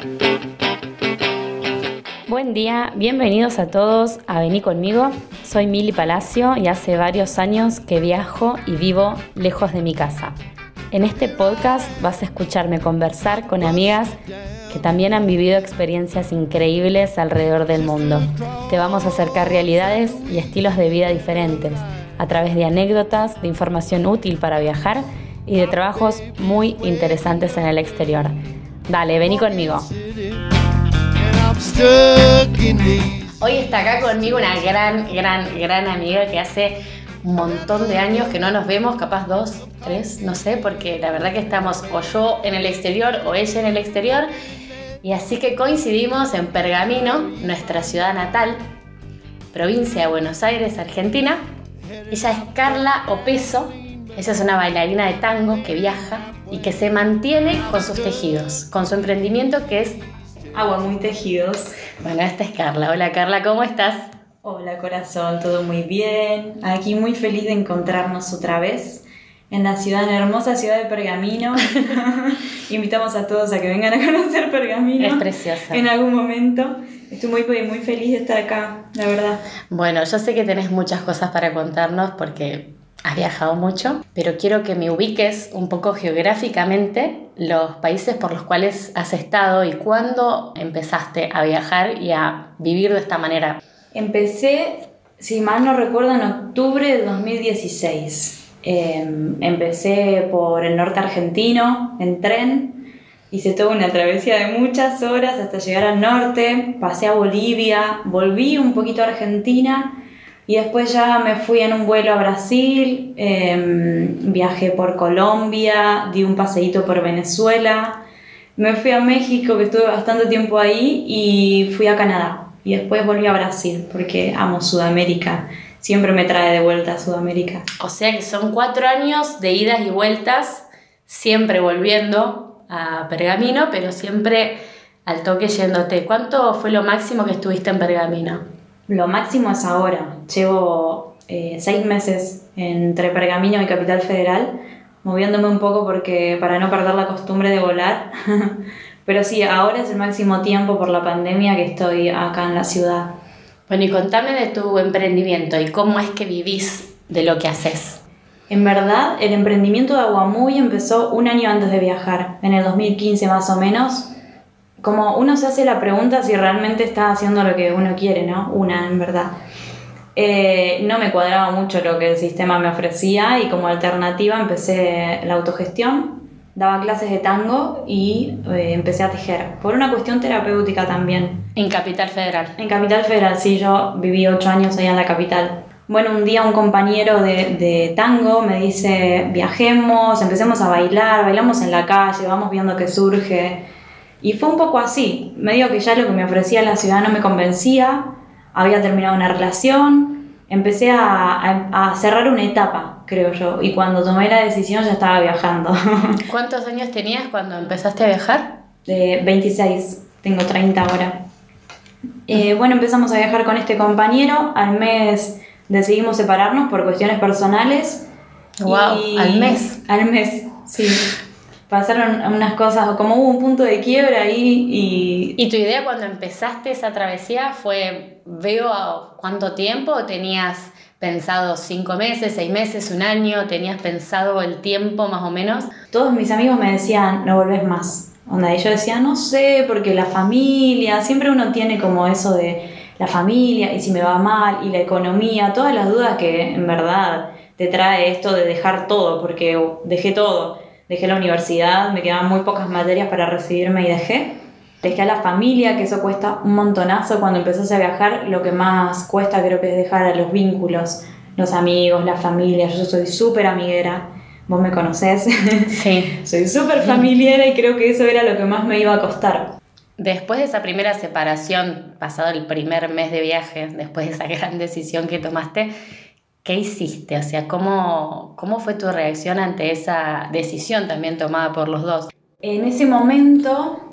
Buen día, bienvenidos a todos a Vení Conmigo. Soy Mili Palacio y hace varios años que viajo y vivo lejos de mi casa. En este podcast vas a escucharme conversar con amigas que también han vivido experiencias increíbles alrededor del mundo. Te vamos a acercar realidades y estilos de vida diferentes a través de anécdotas, de información útil para viajar y de trabajos muy interesantes en el exterior. Dale, vení conmigo. Hoy está acá conmigo una gran amiga que hace un montón de años que no nos vemos, capaz 2, 3, no sé, porque la verdad que estamos o yo en el exterior o ella en el exterior, y así que coincidimos en Pergamino, nuestra ciudad natal, provincia de Buenos Aires, Argentina. Ella es Carla Opeso. Ella es una bailarina de tango que viaja y que se mantiene con sus tejidos, con su emprendimiento que es Agua Muy Tejidos. Bueno, esta es Carla. Hola Carla, ¿cómo estás? Hola corazón, todo muy bien. Aquí muy feliz de encontrarnos otra vez en la hermosa ciudad de Pergamino. Invitamos a todos a que vengan a conocer Pergamino. Es preciosa. En algún momento. Estoy muy feliz de estar acá, la verdad. Bueno, yo sé que tenés muchas cosas para contarnos porque has viajado mucho, pero quiero que me ubiques un poco geográficamente los países por los cuales has estado y cuándo empezaste a viajar y a vivir de esta manera. Empecé, si mal no recuerdo, en octubre de 2016. Empecé por el norte argentino, en tren. Hice toda una travesía de muchas horas hasta llegar al norte. Pasé a Bolivia, volví un poquito a Argentina. Y después ya me fui en un vuelo a Brasil, viajé por Colombia, di un paseíto por Venezuela, me fui a México, que estuve bastante tiempo ahí, y fui a Canadá. Y después volví a Brasil, porque amo Sudamérica, siempre me trae de vuelta a Sudamérica. O sea que son 4 años de idas y vueltas, siempre volviendo a Pergamino, pero siempre al toque yéndote. ¿Cuánto fue lo máximo que estuviste en Pergamino? Lo máximo es ahora. Llevo 6 meses entre Pergamino y Capital Federal, moviéndome un poco para no perder la costumbre de volar. Pero sí, ahora es el máximo tiempo por la pandemia que estoy acá en la ciudad. Bueno, y contame de tu emprendimiento y cómo es que vivís de lo que haces. En verdad, el emprendimiento de Agua Muy empezó un año antes de viajar, en el 2015 más o menos. Como uno se hace la pregunta si realmente está haciendo lo que uno quiere, ¿no? En verdad. No me cuadraba mucho lo que el sistema me ofrecía y como alternativa empecé la autogestión, daba clases de tango y empecé a tejer, por una cuestión terapéutica también. ¿En Capital Federal? En Capital Federal, sí, yo viví 8 años ahí en la capital. Bueno, un día un compañero de tango me dice, viajemos, empecemos a bailar, bailamos en la calle, vamos viendo qué surge. Y fue un poco así, medio que ya lo que me ofrecía la ciudad no me convencía, había terminado una relación, empecé a cerrar una etapa, creo yo, y cuando tomé la decisión ya estaba viajando. ¿Cuántos años tenías cuando empezaste a viajar? 26, tengo 30 ahora. Bueno, empezamos a viajar con este compañero, al mes decidimos separarnos por cuestiones personales. Wow, ¿al mes? Al mes, sí. Pasaron unas cosas, como hubo un punto de quiebra ahí ¿Y tu idea cuando empezaste esa travesía fue, veo a cuánto tiempo? ¿O tenías pensado 5 meses, 6 meses, 1 año? ¿Tenías pensado el tiempo más o menos? Todos mis amigos me decían, no volvés más. Y yo decía, no sé, porque la familia, siempre uno tiene como eso de la familia, y si me va mal, y la economía, todas las dudas que en verdad te trae esto de dejar todo, porque dejé todo. Dejé la universidad, me quedaban muy pocas materias para recibirme y dejé a la familia, que eso cuesta un montonazo. Cuando empezás a viajar, lo que más cuesta creo que es dejar a los vínculos, los amigos, la familia. Yo soy súper amiguera, vos me conocés. Sí. Soy súper familiera y creo que eso era lo que más me iba a costar. Después de esa primera separación, pasado el primer mes de viaje, después de esa gran decisión que tomaste, ¿qué hiciste? O sea, ¿cómo fue tu reacción ante esa decisión también tomada por los dos? En ese momento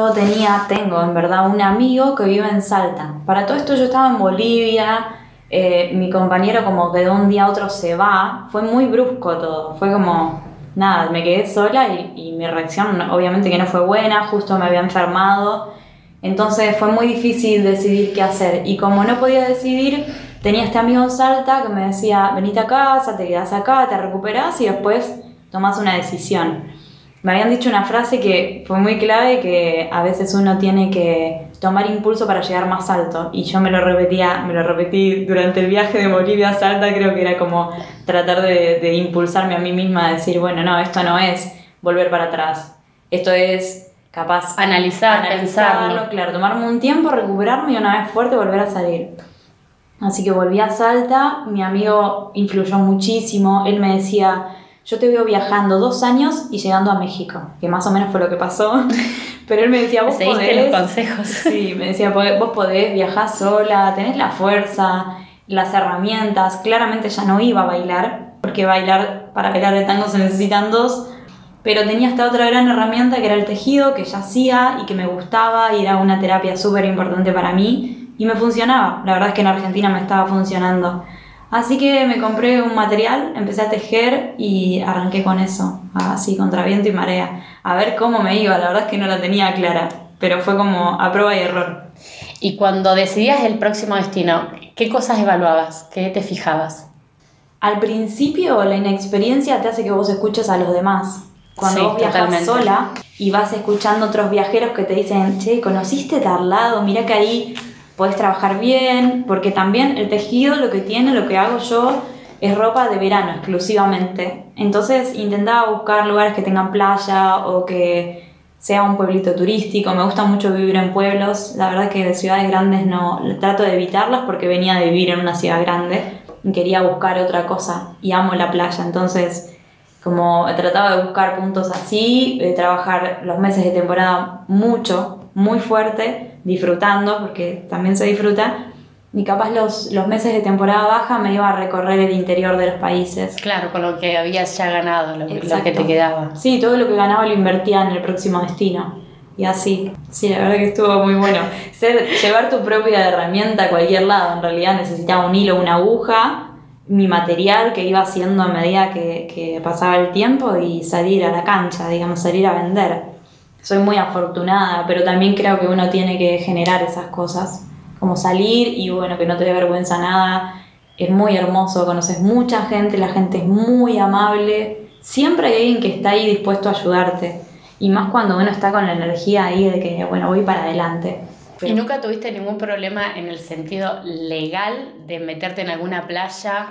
tengo en verdad un amigo que vive en Salta. Para todo esto yo estaba en Bolivia, mi compañero como que de un día a otro se va, fue muy brusco todo, fue como nada, me quedé sola y mi reacción obviamente que no fue buena, justo me había enfermado. Entonces fue muy difícil decidir qué hacer. Y como no podía decidir, tenía este amigo en Salta que me decía, venite a casa, te quedás acá, te recuperás y después tomás una decisión. Me habían dicho una frase que fue muy clave, que a veces uno tiene que tomar impulso para llegar más alto. Y yo me lo repetí durante el viaje de Bolivia a Salta, creo que era como tratar de impulsarme a mí misma, a decir, bueno, no, esto no es volver para atrás. Esto es capaz analizarlo, pensarlo. Claro, tomarme un tiempo, recuperarme y una vez fuerte volver a salir. Así que volví a Salta, mi amigo influyó muchísimo, él me decía, yo te veo viajando 2 años y llegando a México, que más o menos fue lo que pasó, pero él me decía, vos podés... los consejos. Sí, me decía, vos podés viajar sola, tenés la fuerza, las herramientas, claramente ya no iba a bailar, porque para bailar de tango se necesitan 2, pero tenía esta otra gran herramienta que era el tejido, que ya hacía y que me gustaba y era una terapia súper importante para mí y me funcionaba. La verdad es que en Argentina me estaba funcionando. Así que me compré un material, empecé a tejer y arranqué con eso, así contra viento y marea. A ver cómo me iba, la verdad es que no la tenía clara, pero fue como a prueba y error. Y cuando decidías el próximo destino, ¿qué cosas evaluabas? ¿Qué te fijabas? Al principio la inexperiencia te hace que vos escuches a los demás. Cuando vos viajas totalmente sola y vas escuchando otros viajeros que te dicen, che, ¿conociste tal lado? Mirá que ahí podés trabajar bien, porque también el tejido lo que hago yo es ropa de verano exclusivamente. Entonces intentaba buscar lugares que tengan playa o que sea un pueblito turístico. Me gusta mucho vivir en pueblos, la verdad que de ciudades grandes no, trato de evitarlas porque venía de vivir en una ciudad grande y quería buscar otra cosa y amo la playa, entonces como trataba de buscar puntos así, trabajar los meses de temporada mucho, muy fuerte, disfrutando, porque también se disfruta, y capaz los meses de temporada baja me iba a recorrer el interior de los países. Claro, con lo que habías ya ganado, lo que te quedaba. Sí, todo lo que ganaba lo invertía en el próximo destino, y así. Sí, la verdad que estuvo muy bueno. Llevar tu propia herramienta a cualquier lado, en realidad necesitaba un hilo, una aguja, mi material que iba haciendo a medida que pasaba el tiempo y salir a la cancha, digamos, salir a vender. Soy muy afortunada, pero también creo que uno tiene que generar esas cosas, como salir y bueno, que no te dé vergüenza nada. Es muy hermoso, conoces mucha gente, la gente es muy amable, siempre hay alguien que está ahí dispuesto a ayudarte, y más cuando uno está con la energía ahí de que, bueno, voy para adelante. ¿Y nunca tuviste ningún problema en el sentido legal de meterte en alguna playa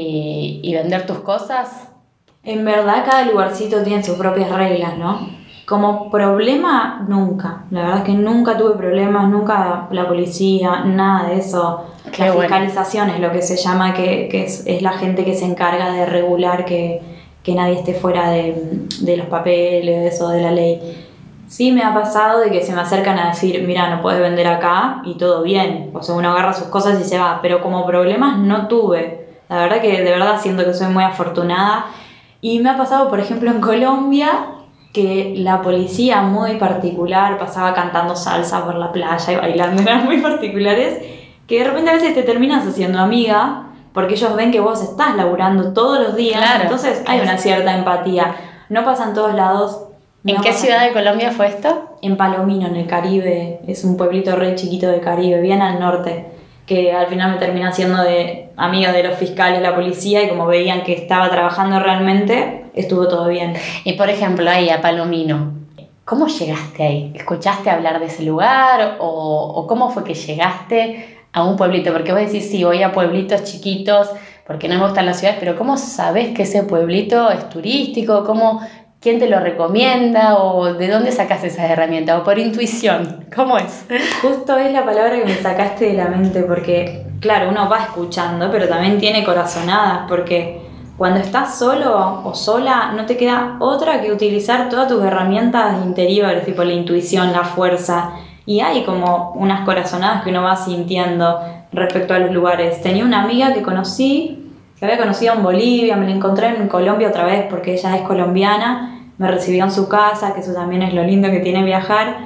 y vender tus cosas? En verdad cada lugarcito tiene sus propias reglas, ¿no? Como problema, nunca. La verdad es que nunca tuve problemas, nunca la policía, nada de eso. Qué la bueno. fiscalización es lo que se llama, que es la gente que se encarga de regular que nadie esté fuera de los papeles o de la ley. Sí me ha pasado de que se me acercan a decir, mira, no puedes vender acá y todo bien. O sea, uno agarra sus cosas y se va. Pero como problemas no tuve. La verdad que de verdad siento que soy muy afortunada. Y me ha pasado, por ejemplo, en Colombia, que la policía muy particular pasaba cantando salsa por la playa y bailando, eran muy particulares, que de repente a veces te terminas haciendo amiga, porque ellos ven que vos estás laburando todos los días, claro, entonces hay una cierta empatía. No pasa en todos lados. ¿En qué ciudad de Colombia fue esto? En Palomino, en el Caribe, es un pueblito re chiquito del Caribe, bien al norte, que al final me terminé haciendo de amiga de los fiscales, la policía, y como veían que estaba trabajando realmente, estuvo todo bien. Y por ejemplo, ahí a Palomino, ¿cómo llegaste ahí? ¿Escuchaste hablar de ese lugar o cómo fue que llegaste a un pueblito? Porque vos decís, sí, voy a pueblitos chiquitos porque no me gustan las ciudades, pero ¿cómo sabés que ese pueblito es turístico? ¿Quién te lo recomienda? ¿O de dónde sacas esas herramientas? ¿O por intuición? ¿Cómo es? Justo es la palabra que me sacaste de la mente, porque claro, uno va escuchando, pero también tiene corazonadas, porque cuando estás solo o sola no te queda otra que utilizar todas tus herramientas interiores, tipo la intuición, la fuerza, y hay como unas corazonadas que uno va sintiendo respecto a los lugares. Tenía una amiga que había conocido en Bolivia, me la encontré en Colombia otra vez porque ella es colombiana, me recibió en su casa, que eso también es lo lindo que tiene viajar,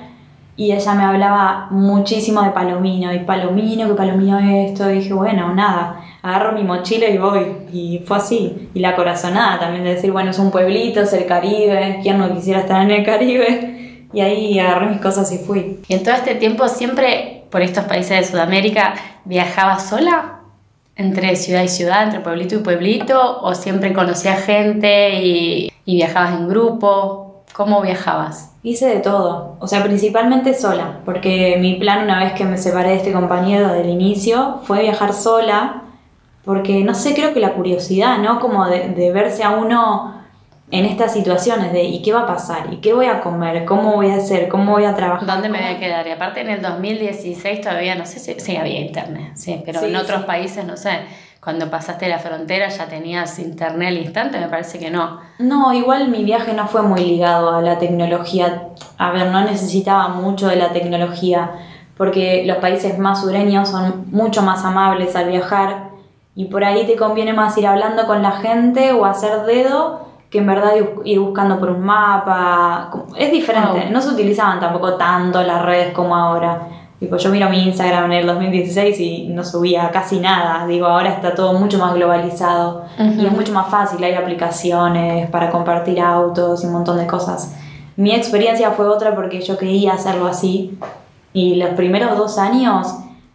y ella me hablaba muchísimo de Palomino, y Palomino, que Palomino esto, y dije, bueno, nada, agarro mi mochila y voy, y fue así. Y la corazonada también de decir, bueno, es un pueblito, es el Caribe, ¿quién no quisiera estar en el Caribe? Y ahí agarré mis cosas y fui. ¿Y en todo este tiempo siempre por estos países de Sudamérica viajabas sola? ¿Entre ciudad y ciudad, entre pueblito y pueblito? ¿O siempre conocías gente y viajabas en grupo? ¿Cómo viajabas? Hice de todo, o sea, principalmente sola, porque mi plan una vez que me separé de este compañero del inicio fue viajar sola, porque no sé, creo que la curiosidad, ¿no? Como de verse a uno en estas situaciones de ¿y qué va a pasar? ¿Y qué voy a comer? ¿Cómo voy a hacer? ¿Cómo voy a trabajar? ¿Dónde me voy a quedar? Y aparte en el 2016 todavía no sé si sí, había internet, sí, pero sí, en otros países no sé. Cuando pasaste la frontera ya tenías internet al instante, me parece que no. No, igual mi viaje no fue muy ligado a la tecnología. A ver, no necesitaba mucho de la tecnología, porque los países más sureños son mucho más amables al viajar y por ahí te conviene más ir hablando con la gente o hacer dedo que en verdad ir buscando por un mapa. Es diferente, no se utilizaban tampoco tanto las redes como ahora. Tipo, yo miro mi Instagram en el 2016 y no subía casi nada. Digo, ahora está todo mucho más globalizado y es mucho más fácil. Hay aplicaciones para compartir autos y un montón de cosas. Mi experiencia fue otra porque yo quería hacerlo así y los primeros 2 años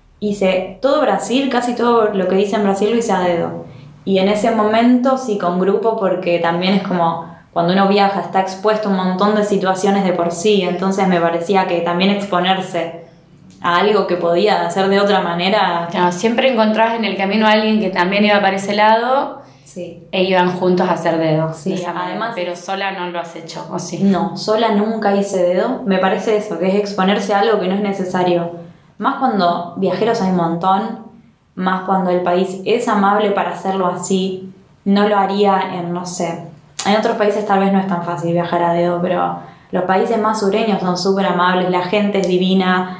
hice todo Brasil, casi todo lo que hice en Brasil lo hice a dedo. Y en ese momento sí con grupo, porque también es como cuando uno viaja está expuesto a un montón de situaciones de por sí, entonces me parecía que también exponerse a algo que podía hacer de otra manera. Claro, siempre encontrabas en el camino a alguien que también iba para ese lado, sí, e iban juntos a hacer dedo. Sí, además, pero sola no lo has hecho, ¿o sí? No, sola nunca hice dedo. Me parece eso, que es exponerse a algo que no es necesario. Más cuando viajeros hay un montón, más cuando el país es amable para hacerlo así. No lo haría en, no sé, en otros países tal vez no es tan fácil viajar a dedo, pero los países más sureños son súper amables, la gente es divina.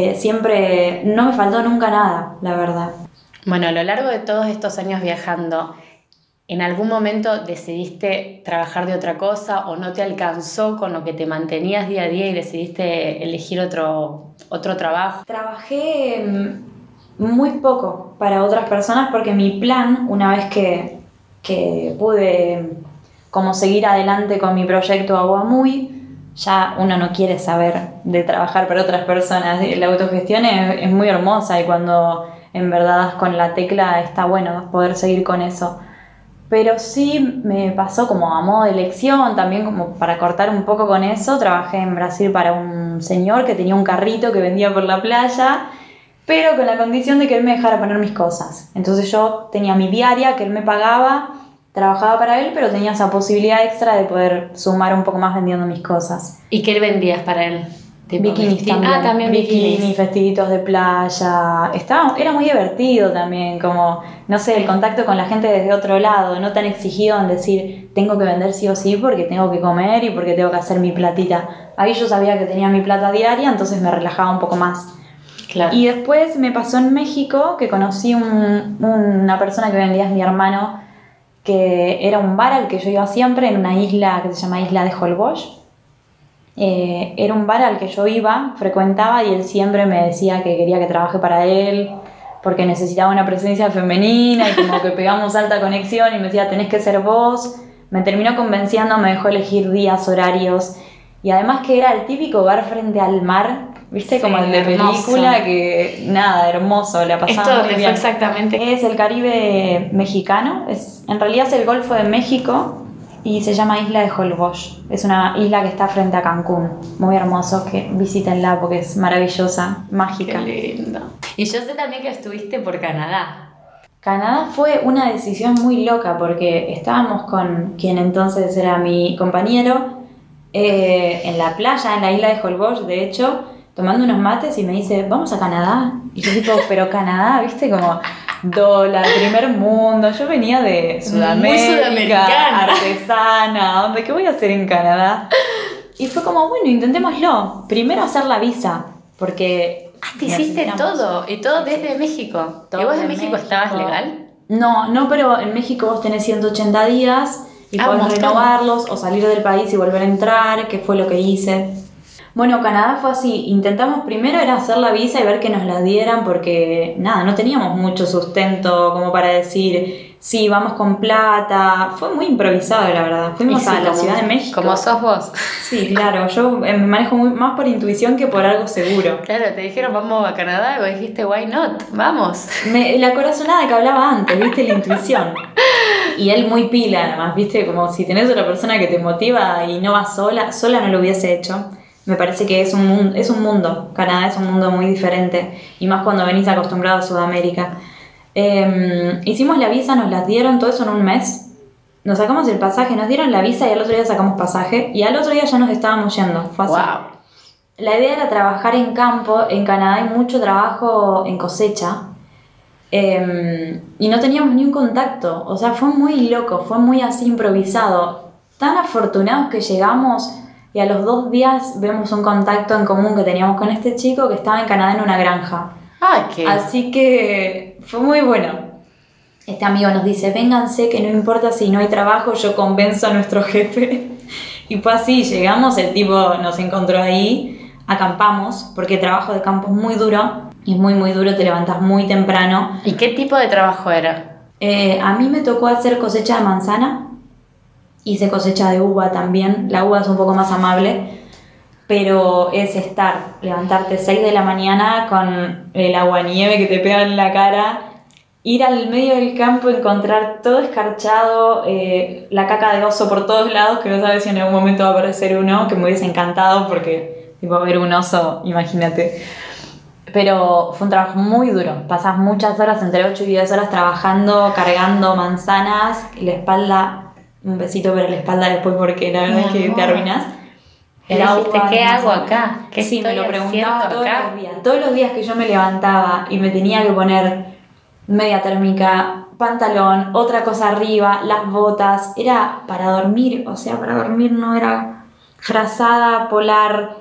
Siempre no me faltó nunca nada, la verdad. Bueno, a lo largo de todos estos años viajando, ¿en algún momento decidiste trabajar de otra cosa o no te alcanzó con lo que te mantenías día a día y decidiste elegir otro trabajo? Trabajé muy poco para otras personas porque mi plan, una vez que pude como seguir adelante con mi proyecto Agua Muy, ya uno no quiere saber de trabajar para otras personas. La autogestión es muy hermosa y cuando en verdad das con la tecla está bueno poder seguir con eso. Pero sí me pasó como a modo de elección, también como para cortar un poco con eso, trabajé en Brasil para un señor que tenía un carrito que vendía por la playa, pero con la condición de que él me dejara poner mis cosas. Entonces yo tenía mi diaria que él me pagaba, trabajaba para él, pero tenía esa posibilidad extra de poder sumar un poco más vendiendo mis cosas. ¿Y qué vendías para él? Bikinis también. Ah, también bikinis, vestiditos de playa. Era muy divertido también, como, no sé, el contacto con la gente desde otro lado, no tan exigido en decir, tengo que vender sí o sí porque tengo que comer y porque tengo que hacer mi platita. Ahí yo sabía que tenía mi plata diaria, entonces me relajaba un poco más. Claro. Y después me pasó en México que conocí una persona que vendía, es mi hermano, que era un bar al que yo iba siempre en una isla que se llama Isla de Holbox. Era un bar al que yo iba, frecuentaba y él siempre me decía que quería que trabaje para él porque necesitaba una presencia femenina y como que pegamos alta conexión y me decía tenés que ser vos. Me terminó convenciendo, me dejó elegir días, horarios y además que era el típico bar frente al mar, ¿viste? Sí, como el de película, que nada, hermoso, la pasamos. ¿Esto dónde fue exactamente? Es el Caribe mexicano, en realidad es el Golfo de México y se llama Isla de Holbox. Es una isla que está frente a Cancún, muy hermoso, que visítenla porque es maravillosa, mágica. Qué lindo. Y yo sé también que estuviste por Canadá. Canadá fue una decisión muy loca porque estábamos con quien entonces era mi compañero en la playa, en la isla de Holbox, de hecho, tomando unos mates y me dice, vamos a Canadá. Y yo tipo, pero Canadá, ¿viste? Como dólar, primer mundo. Yo venía de Sudamérica, artesana, ¿dónde? ¿Qué voy a hacer en Canadá? Y fue como, bueno, intentémoslo. Primero hacer la visa, porque... te hiciste todo, y todo desde México. Todo ¿Y vos en México estabas legal? No, pero en México vos tenés 180 días y podés renovarlos o salir del país y volver a entrar, que fue lo que hice. Bueno, Canadá fue así. Intentamos primero era hacer la visa y ver que nos la dieran porque, nada, no teníamos mucho sustento como para decir, sí, vamos con plata. Fue muy improvisado, la verdad. Fuimos a la Ciudad de México. Como sos vos. Sí, claro. Yo me manejo más por intuición que por algo seguro. Claro, te dijeron vamos a Canadá y vos dijiste, why not, vamos. La corazonada que hablaba antes, ¿viste? La intuición. Y él muy pila, además, ¿viste? Como si tenés otra persona que te motiva y no vas sola no lo hubiese hecho. Me parece que es un mundo, Canadá es un mundo muy diferente, y más cuando venís acostumbrado a Sudamérica. Hicimos la visa, nos la dieron, todo eso en un mes. Nos sacamos el pasaje, nos dieron la visa y al otro día sacamos pasaje, y al otro día ya nos estábamos yendo. Fue así. Wow. La idea era trabajar en campo. En Canadá hay mucho trabajo en cosecha, y no teníamos ni un contacto. O sea, fue muy loco, fue muy así improvisado. Tan afortunados que llegamos y a los 2 días vemos un contacto en común que teníamos con este chico que estaba en Canadá en una granja. Así que fue muy bueno. Este amigo nos dice, vénganse, que no importa si no hay trabajo, yo convenzo a nuestro jefe. Y fue así, llegamos, el tipo nos encontró ahí, acampamos, porque el trabajo de campo es muy duro, y es muy muy duro, te levantas muy temprano. ¿Y qué tipo de trabajo era? A mí me tocó hacer cosecha de manzana, hice cosecha de uva también. La uva es un poco más amable, pero es levantarte 6 de la mañana con el aguanieve que te pega en la cara, ir al medio del campo, encontrar todo escarchado, la caca de oso por todos lados, que no sabes si en algún momento va a aparecer uno, que me hubiese encantado porque tipo ver un oso, imagínate. Pero fue un trabajo muy duro, pasás muchas horas, entre 8 y 10 horas trabajando, cargando manzanas, la espalda, un besito para la espalda después porque la verdad es que te arruinas. Dijiste, ¿qué hago acá? ¿Qué sí, me lo preguntaba todos acá? los días. Todos los días que yo me levantaba y me tenía que poner media térmica, pantalón, otra cosa arriba, las botas, era para dormir. O sea, para dormir no era frazada, polar,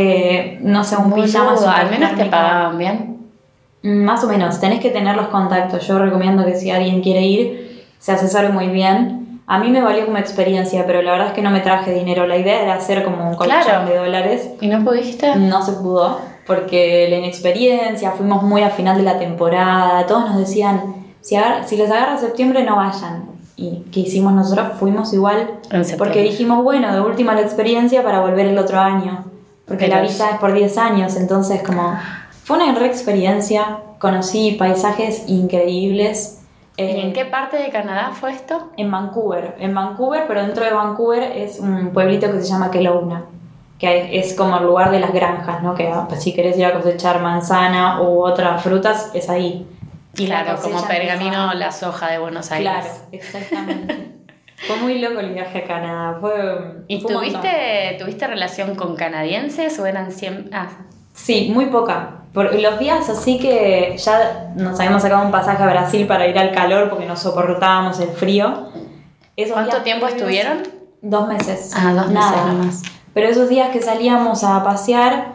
no sé, un pijama. Al menos te pagaban bien. Más o menos, tenés que tener los contactos. Yo recomiendo que si alguien quiere ir, se asesore muy bien. A mí me valió como experiencia, pero la verdad es que no me traje dinero. La idea era hacer como un colchón de dólares. ¿Y no pudiste? No se pudo, porque la inexperiencia, fuimos muy al final de la temporada. Todos nos decían, si les agarra septiembre no vayan. ¿Y qué hicimos nosotros? Fuimos igual, porque dijimos, bueno, de última la experiencia para volver el otro año. Porque la visa es por 10 años, entonces como... Fue una re experiencia, conocí paisajes increíbles. ¿Y en qué parte de Canadá fue esto? En Vancouver, pero dentro de Vancouver es un pueblito que se llama Kelowna, que es como el lugar de las granjas, ¿no? Que pues, si querés ir a cosechar manzana u otras frutas, es ahí. Y claro, como Pergamino, la soja de Buenos Aires. Claro, exactamente. Fue muy loco el viaje a Canadá. ¿Y tuviste relación con canadienses o eran siempre...? Sí, muy poca. Por los días así que ya nos habíamos sacado un pasaje a Brasil para ir al calor porque no soportábamos el frío. ¿Cuánto tiempo estuvieron? 2 meses. 2 meses nada más. Pero esos días que salíamos a pasear,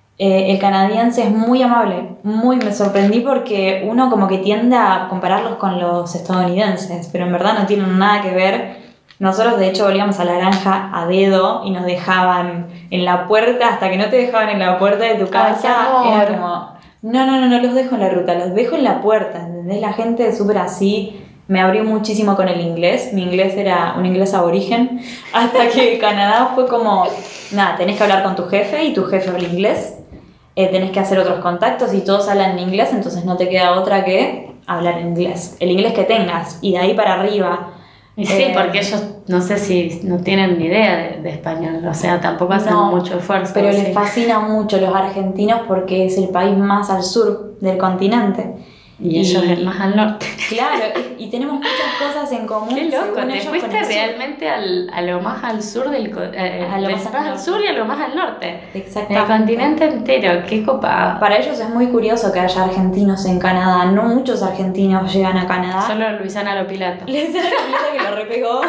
el canadiense es muy amable. Me sorprendí porque uno como que tiende a compararlos con los estadounidenses, pero en verdad no tienen nada que ver. Nosotros de hecho volvíamos a la granja a dedo y nos dejaban en la puerta, hasta que no te dejaban en la puerta de tu casa. Era como, no los dejo en la ruta, los dejo en la puerta, ¿entendés? La gente es súper así. Me abrió muchísimo con el inglés. Mi inglés era un inglés aborigen, hasta que Canadá fue como, nada, tenés que hablar con tu jefe y tu jefe habla inglés. Tenés que hacer otros contactos y todos hablan en inglés, entonces no te queda otra que hablar en inglés. El inglés que tengas, y de ahí para arriba. Y sí, porque ellos no sé si no tienen ni idea de español, o sea, tampoco hacen mucho esfuerzo. Pero les fascina mucho los argentinos porque es el país más al sur del continente. Y ellos es más al norte. Claro, y tenemos muchas cosas en común. Qué loco, te fuiste realmente a lo más al sur del al sur y a lo más al norte. Exactamente. El continente entero, qué copado. Para ellos es muy curioso que haya argentinos en Canadá. No muchos argentinos llegan a Canadá. Solo Luisana Lopilato. Luisana Lopilato que lo repegó.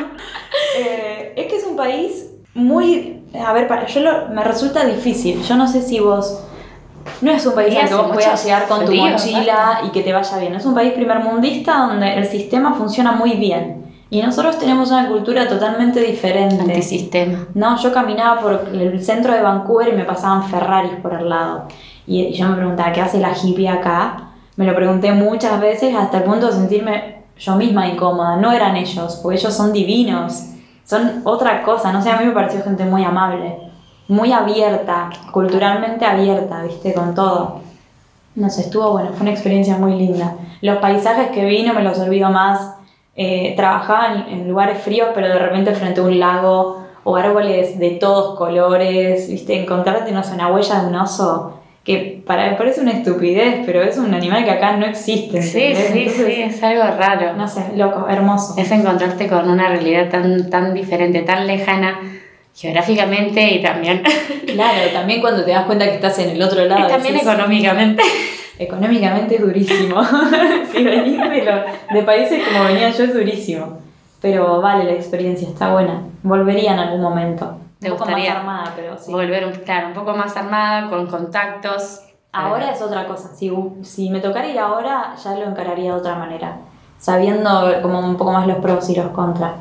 Es que es un país muy... A ver, me resulta difícil. Yo no sé si vos... No es un país al que vos puedas llegar con tu mochila y que te vaya bien. Es un país primermundista donde el sistema funciona muy bien. Y nosotros tenemos una cultura totalmente diferente. Antisistema. No, yo caminaba por el centro de Vancouver y me pasaban Ferraris por el lado. Y yo me preguntaba, ¿qué hace la hippie acá? Me lo pregunté muchas veces hasta el punto de sentirme yo misma incómoda. No eran ellos, porque ellos son divinos. Son otra cosa, no sé, a mí me pareció gente muy amable, muy abierta, culturalmente abierta, ¿viste? Con todo. No sé, estuvo bueno, fue una experiencia muy linda. Los paisajes que vi no me los olvido más. Trabajaba en lugares fríos, pero de repente frente a un lago o árboles de todos colores, ¿viste? Encontrarte, no sé, una huella de un oso que parece una estupidez, pero es un animal que acá no existe. Sí, Entonces, sí, es algo raro. No sé, loco, hermoso. Es encontrarte con una realidad tan diferente, tan lejana geográficamente y también... Claro, también cuando te das cuenta que estás en el otro lado. Y también económicamente. Económicamente es durísimo. Si venís de países como venía yo es durísimo. Pero vale la experiencia, está buena. Volvería en algún momento. ¿Te un poco gustaría más armada, pero sí. Volver, un poco más armada, con contactos? Ahora es otra cosa. Si me tocara ir ahora, ya lo encararía de otra manera. Sabiendo como un poco más los pros y los contras.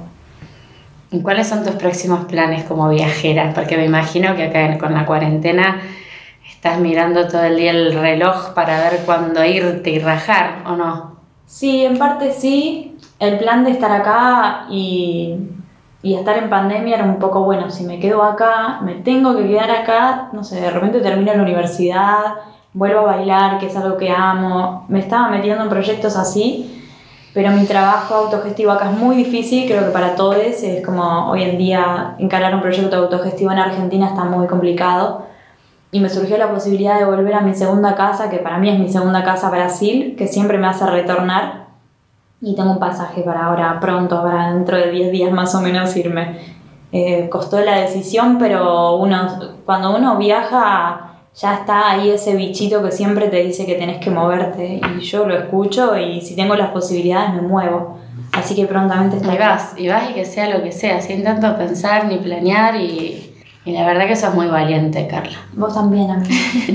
¿Y cuáles son tus próximos planes como viajera? Porque me imagino que acá con la cuarentena estás mirando todo el día el reloj para ver cuándo irte y rajar, ¿o no? Sí, en parte sí. El plan de estar acá y estar en pandemia era un poco, bueno, si me quedo acá, me tengo que quedar acá, no sé, de repente termino la universidad, vuelvo a bailar, que es algo que amo. Me estaba metiendo en proyectos así, pero mi trabajo autogestivo acá es muy difícil, creo que para todos es como hoy en día encarar un proyecto autogestivo en Argentina está muy complicado. Y me surgió la posibilidad de volver a mi segunda casa, que para mí es mi segunda casa, Brasil, que siempre me hace retornar. Y tengo un pasaje para ahora pronto, para dentro de 10 días más o menos irme. Costó la decisión, pero cuando uno viaja ya está ahí ese bichito que siempre te dice que tenés que moverte. Y yo lo escucho y si tengo las posibilidades me muevo. Así que prontamente estoy y vas y que sea lo que sea, sin tanto pensar ni planear y la verdad que sos muy valiente, Carla. Vos también, amiga.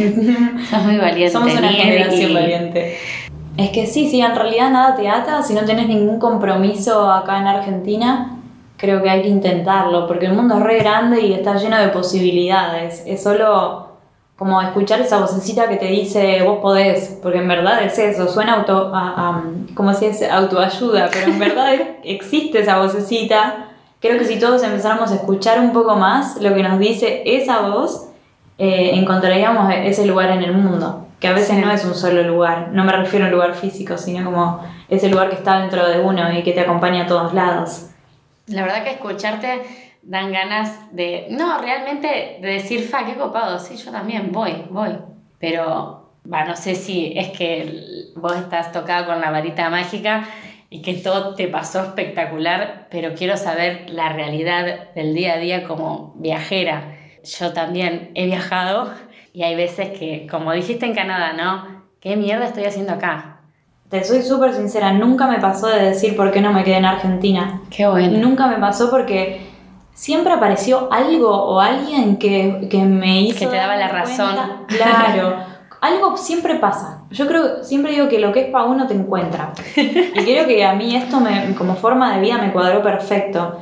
Sos muy valiente. Somos una generación valiente. Es que sí, en realidad nada te ata, si no tenés ningún compromiso acá en Argentina, creo que hay que intentarlo, porque el mundo es re grande y está lleno de posibilidades. Es solo como escuchar esa vocecita que te dice vos podés, porque en verdad es eso, suena como si es autoayuda, pero en verdad existe esa vocecita. Creo que si todos empezáramos a escuchar un poco más lo que nos dice esa voz, encontraríamos ese lugar en el mundo. Que a veces no es un solo lugar, no me refiero a un lugar físico, sino como ese lugar que está dentro de uno y que te acompaña a todos lados. La verdad que escucharte dan ganas realmente de decir, qué copado, sí, yo también voy. Pero, no sé si es que vos estás tocada con la varita mágica y que todo te pasó espectacular, pero quiero saber la realidad del día a día como viajera. Yo también he viajado. Y hay veces que, como dijiste en Canadá, ¿no? ¿Qué mierda estoy haciendo acá? Te soy súper sincera, nunca me pasó de decir por qué no me quedé en Argentina. Qué bueno. Nunca me pasó porque siempre apareció algo o alguien que me hizo... Que te daba la razón. Claro, algo siempre pasa. Yo siempre digo que lo que es para uno te encuentra. Y creo que a mí esto como forma de vida me cuadró perfecto.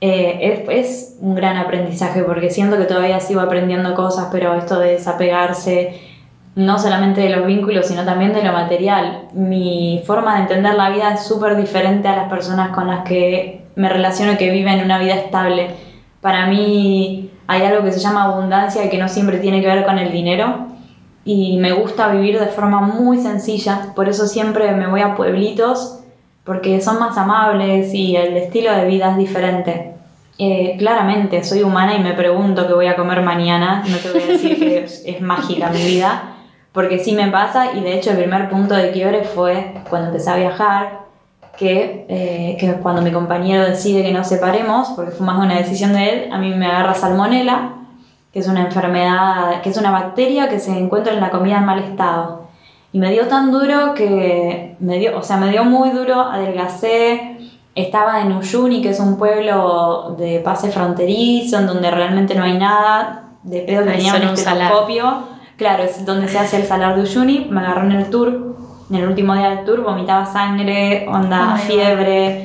Es un gran aprendizaje porque siento que todavía sigo aprendiendo cosas, pero esto de desapegarse no solamente de los vínculos sino también de lo material. Mi forma de entender la vida es súper diferente a las personas con las que me relaciono y que viven una vida estable. Para mí hay algo que se llama abundancia y que no siempre tiene que ver con el dinero y me gusta vivir de forma muy sencilla, por eso siempre me voy a pueblitos porque son más amables y el estilo de vida es diferente. Claramente soy humana y me pregunto qué voy a comer mañana, no te voy a decir que es mágica mi vida, porque sí me pasa y de hecho el primer punto de quiebre fue cuando empecé a viajar, que cuando mi compañero decide que nos separemos, porque fue más una decisión de él, a mí me agarra salmonela, que es una enfermedad, que es una bacteria que se encuentra en la comida en mal estado. Y me dio tan duro que me dio muy duro, adelgacé. Estaba en Uyuni, que es un pueblo de pase fronterizo, en donde realmente no hay nada. De pedo que tenía un estetoscopio. Claro, es donde se hace el salar de Uyuni. Me agarró en el tour. En el último día del tour vomitaba sangre, fiebre.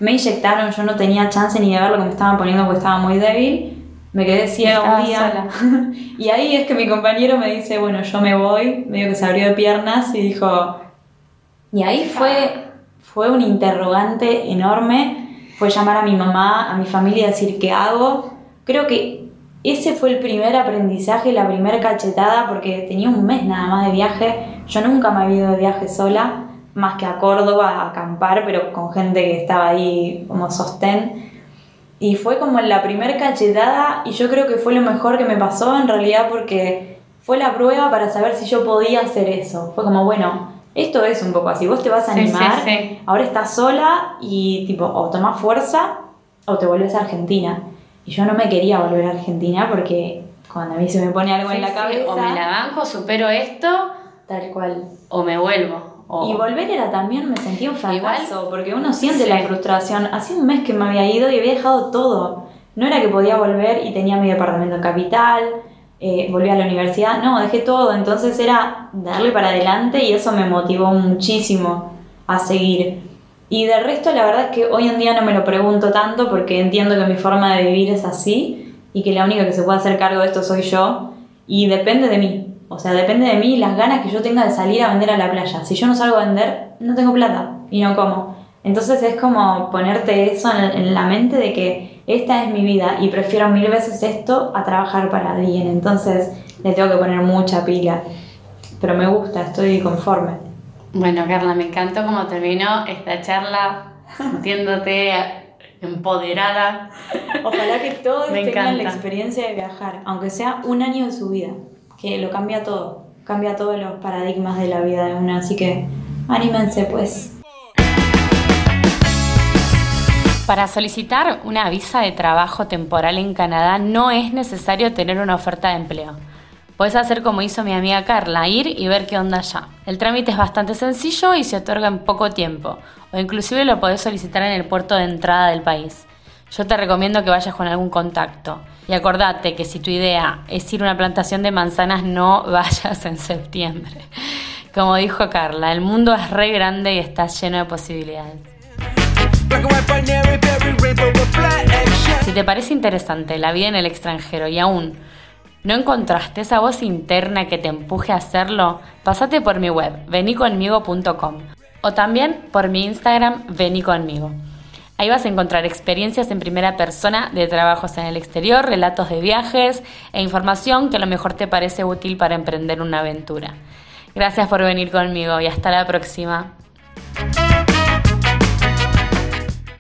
Me inyectaron, yo no tenía chance ni de ver lo que me estaban poniendo porque estaba muy débil. Me quedé ciega un día. Y ahí es que mi compañero me dice, bueno, yo me voy, medio que se abrió de piernas y dijo... Y ahí fue un interrogante enorme. Fue llamar a mi mamá, a mi familia y decir, ¿qué hago? Creo que ese fue el primer aprendizaje, la primera cachetada, porque tenía un mes nada más de viaje. Yo nunca me había ido de viaje sola, más que a Córdoba a acampar, pero con gente que estaba ahí como sostén. Y fue como la primera cachetada y yo creo que fue lo mejor que me pasó en realidad porque fue la prueba para saber si yo podía hacer eso. Fue como, bueno, esto es un poco así, vos te vas a animar, sí. Ahora estás sola y tipo, o tomás fuerza o te volvés a Argentina. Y yo no me quería volver a Argentina porque cuando a mí se me pone algo en la cabeza... O me la banco, supero esto... Tal cual. O me vuelvo. Y volver era también, me sentía un fracaso, porque uno siente la frustración. Hacía un mes que me había ido y había dejado todo. No era que podía volver y tenía mi departamento en Capital, volví a la universidad, no, dejé todo. Entonces era darle para adelante y eso me motivó muchísimo a seguir. Y del resto la verdad es que hoy en día no me lo pregunto tanto porque entiendo que mi forma de vivir es así y que la única que se puede hacer cargo de esto soy yo y depende de mí. O sea, depende de mí las ganas que yo tenga de salir a vender a la playa. Si yo no salgo a vender, no tengo plata y no como. Entonces es como ponerte eso en la mente de que esta es mi vida y prefiero 1000 veces esto a trabajar para alguien. Entonces le tengo que poner mucha pila. Pero me gusta, estoy conforme. Bueno, Carla, me encantó cómo terminó esta charla, sintiéndote empoderada. Ojalá que todos tengan la experiencia de viajar, aunque sea un año de su vida. Que lo cambia todo, cambia todos los paradigmas de la vida de uno, así que anímense pues. Para solicitar una visa de trabajo temporal en Canadá no es necesario tener una oferta de empleo. Puedes hacer como hizo mi amiga Carla, ir y ver qué onda allá. El trámite es bastante sencillo y se otorga en poco tiempo, o inclusive lo podés solicitar en el puerto de entrada del país. Yo te recomiendo que vayas con algún contacto. Y acordate que si tu idea es ir a una plantación de manzanas, no vayas en septiembre. Como dijo Carla, el mundo es re grande y está lleno de posibilidades. Si te parece interesante la vida en el extranjero y aún no encontraste esa voz interna que te empuje a hacerlo, pasate por mi web, veniconmigo.com, o también por mi Instagram, veniconmigo. Ahí vas a encontrar experiencias en primera persona de trabajos en el exterior, relatos de viajes e información que a lo mejor te parece útil para emprender una aventura. Gracias por venir conmigo y hasta la próxima.